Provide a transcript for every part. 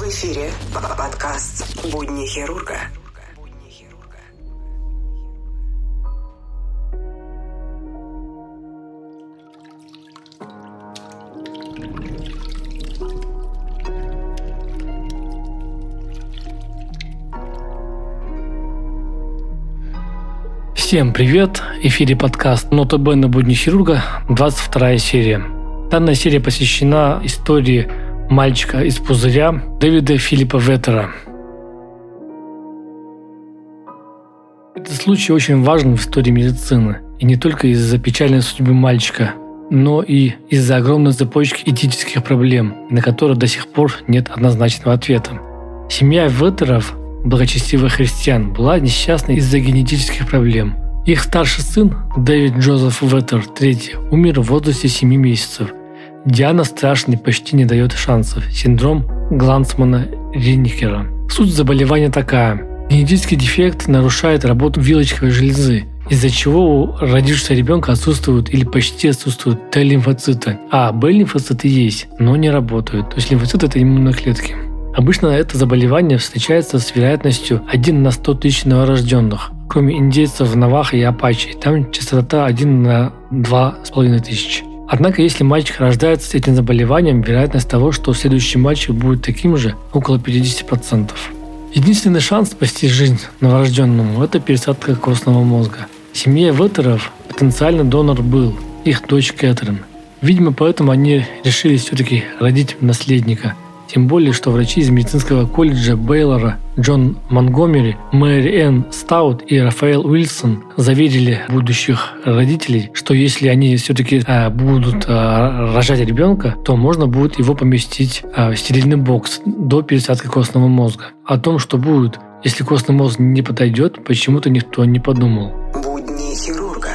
эфире подкаст «Будни хирурга». Всем привет! В эфире подкаст «Нота Бene. Будни хирурга», 22 серия. Данная серия посвящена истории мальчика из пузыря Дэвида Филиппа Веттера. Этот случай очень важен в истории медицины. И не только из-за печальной судьбы мальчика, но и из-за огромной цепочки этических проблем, на которые до сих пор нет однозначного ответа. Семья Веттеров, благочестивых христиан, была несчастной из-за генетических проблем. Их старший сын, Дэвид Джозеф Веттер III, умер в возрасте 7 месяцев. Диагноз страшный, почти не дает шансов – синдром Глансмана-Ринкера. Суть заболевания такая. Генетический дефект нарушает работу вилочковой железы, из-за чего у родившегося ребенка отсутствуют или почти отсутствуют Т-лимфоциты, а Б-лимфоциты есть, но не работают. То есть лимфоциты – это иммунные клетки. Обычно это заболевание встречается с вероятностью 1 на 100 тысяч новорожденных. Кроме индейцев, навахо и апачи, там частота 1 на 2,5 тысячи. Однако, если мальчик рождается с этим заболеванием, вероятность того, что следующий мальчик будет таким же, около 50%. Единственный шанс спасти жизнь новорожденному – это пересадка костного мозга. Семье Веттеров потенциальный донор был их дочь Кэтрин. Видимо, поэтому они решили все-таки родить наследника. Тем более, что врачи из медицинского колледжа Бейлора Джон Монгомери, Мэри Энн Стаут и Рафаэл Уилсон заверили будущих родителей, что если они все-таки будут рожать ребенка, то можно будет его поместить в стерильный бокс до пересадки костного мозга. О том, что будет, если костный мозг не подойдет, почему-то никто не подумал. Будни хирурга.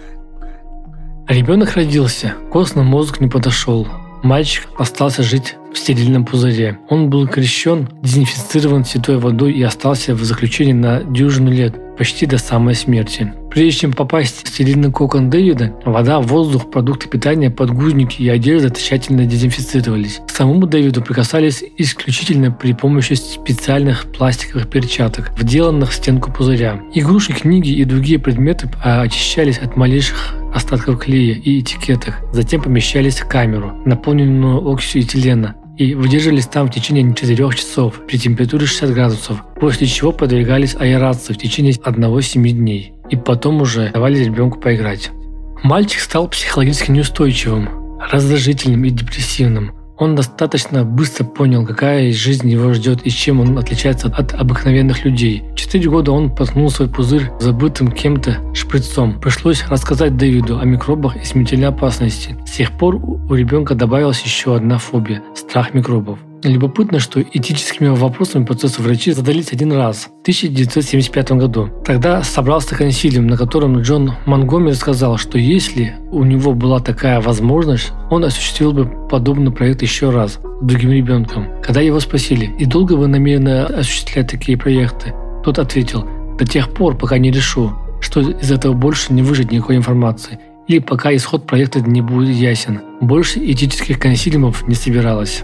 Ребенок родился, костный мозг не подошел. Мальчик остался жить в стерильном пузыре. Он был крещен, дезинфицирован святой водой и остался в заключении на дюжину лет, почти до самой смерти. Прежде чем попасть в стерильный кокон Дэвида, вода, воздух, продукты питания, подгузники и одежда тщательно дезинфицировались. К самому Дэвиду прикасались исключительно при помощи специальных пластиковых перчаток, вделанных в стенку пузыря. Игрушки, книги и другие предметы очищались от малейших остатков клея и этикеток, затем помещались в камеру, наполненную окисью этилена, и выдерживались там в течение 4 часов при температуре 60 градусов, после чего подвергались аэрации в течение 1-7 дней, и потом уже давали ребенку поиграть. Мальчик стал психологически неустойчивым, раздражительным и депрессивным. Он достаточно быстро понял, какая жизнь его ждет и чем он отличается от обыкновенных людей. В 4 года он проткнул свой пузырь забытым кем-то шприцом. Пришлось рассказать Дэвиду о микробах и смертельной опасности. С тех пор у ребенка добавилась еще одна фобия – страх микробов. Любопытно, что этическими вопросами процесса врачи задались один раз в 1975 году. Тогда собрался консилиум, на котором Джон Монгомери сказал, что если у него была такая возможность, он осуществил бы подобный проект еще раз с другим ребенком. Когда его спросили, и долго вы намерены осуществлять такие проекты, тот ответил, до тех пор, пока не решу, что из этого больше не выжать никакой информации, или пока исход проекта не будет ясен. Больше этических консилиумов не собиралось.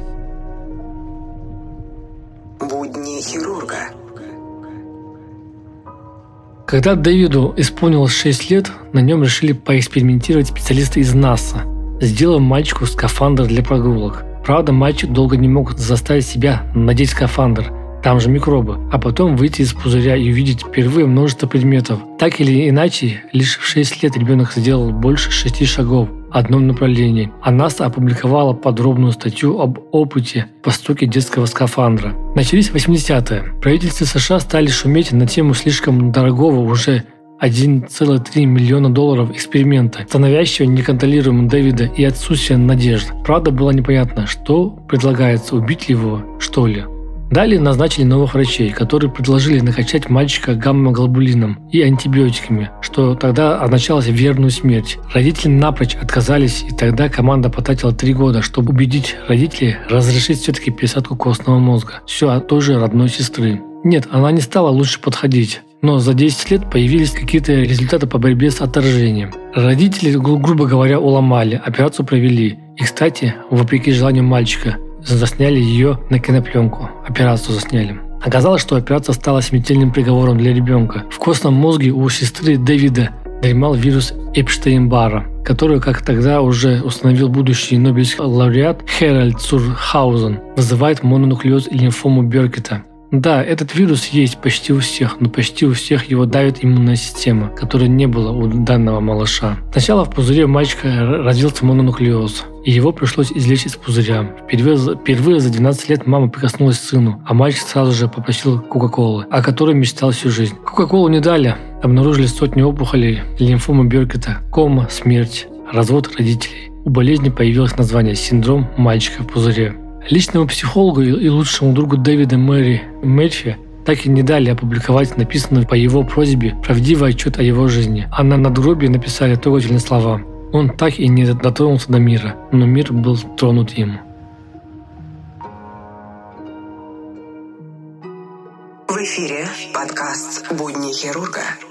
Будни хирурга. Когда Дэвиду исполнилось 6 лет, на нем решили поэкспериментировать специалисты из НАСА, сделав мальчику скафандр для прогулок. Правда, мальчик долго не мог заставить себя надеть скафандр, там же микробы, а потом выйти из пузыря и увидеть впервые множество предметов. Так или иначе, лишь в 6 лет ребенок сделал больше 6 шагов в одном направлении, а НАСА опубликовала подробную статью об опыте постройки детского скафандра. Начались 80-е. Правительства США стали шуметь на тему слишком дорогого уже $1,3 миллиона эксперимента, становящего неконтролируемым Дэвида и отсутствие надежд. Правда, было непонятно, что предлагается, убить ли его, что ли. Далее назначили новых врачей, которые предложили накачать мальчика гамма-глобулином и антибиотиками, что тогда означало верную смерть. Родители напрочь отказались, и тогда команда потратила 3 года, чтобы убедить родителей разрешить все-таки пересадку костного мозга. Все от той же родной сестры. Нет, она не стала лучше подходить. Но за 10 лет появились какие-то результаты по борьбе с отторжением. Родители, грубо говоря, уломали, операцию провели. И, кстати, вопреки желанию мальчика, засняли ее на кинопленку. Операцию засняли. Оказалось, что операция стала смертельным приговором для ребенка. В костном мозге у сестры Дэвида дремал вирус Эпштейн-Барра, который, как тогда уже установил будущий Нобелевский лауреат Хэральд Цурхаузен, вызывает мононуклеоз и лимфому Беркета. Да, этот вирус есть почти у всех, но почти у всех его давит иммунная система, которой не было у данного малыша. Сначала в пузыре у мальчика развился мононуклеоз, и его пришлось извлечь из пузыря. Впервые за 12 лет мама прикоснулась к сыну, а мальчик сразу же попросил Кока-Колы, о которой мечтал всю жизнь. Кока-Колу не дали. Обнаружили сотни опухолей, лимфома Беркета, кома, смерть, развод родителей. У болезни появилось название «синдром мальчика в пузыре». Личному психологу и лучшему другу Дэвида Мерфи так и не дали опубликовать написанный по его просьбе правдивый отчет о его жизни. А на надгробии написали трогательные слова. Он так и не дотронулся до мира, но мир был тронут им. В эфире подкаст «Будни хирурга».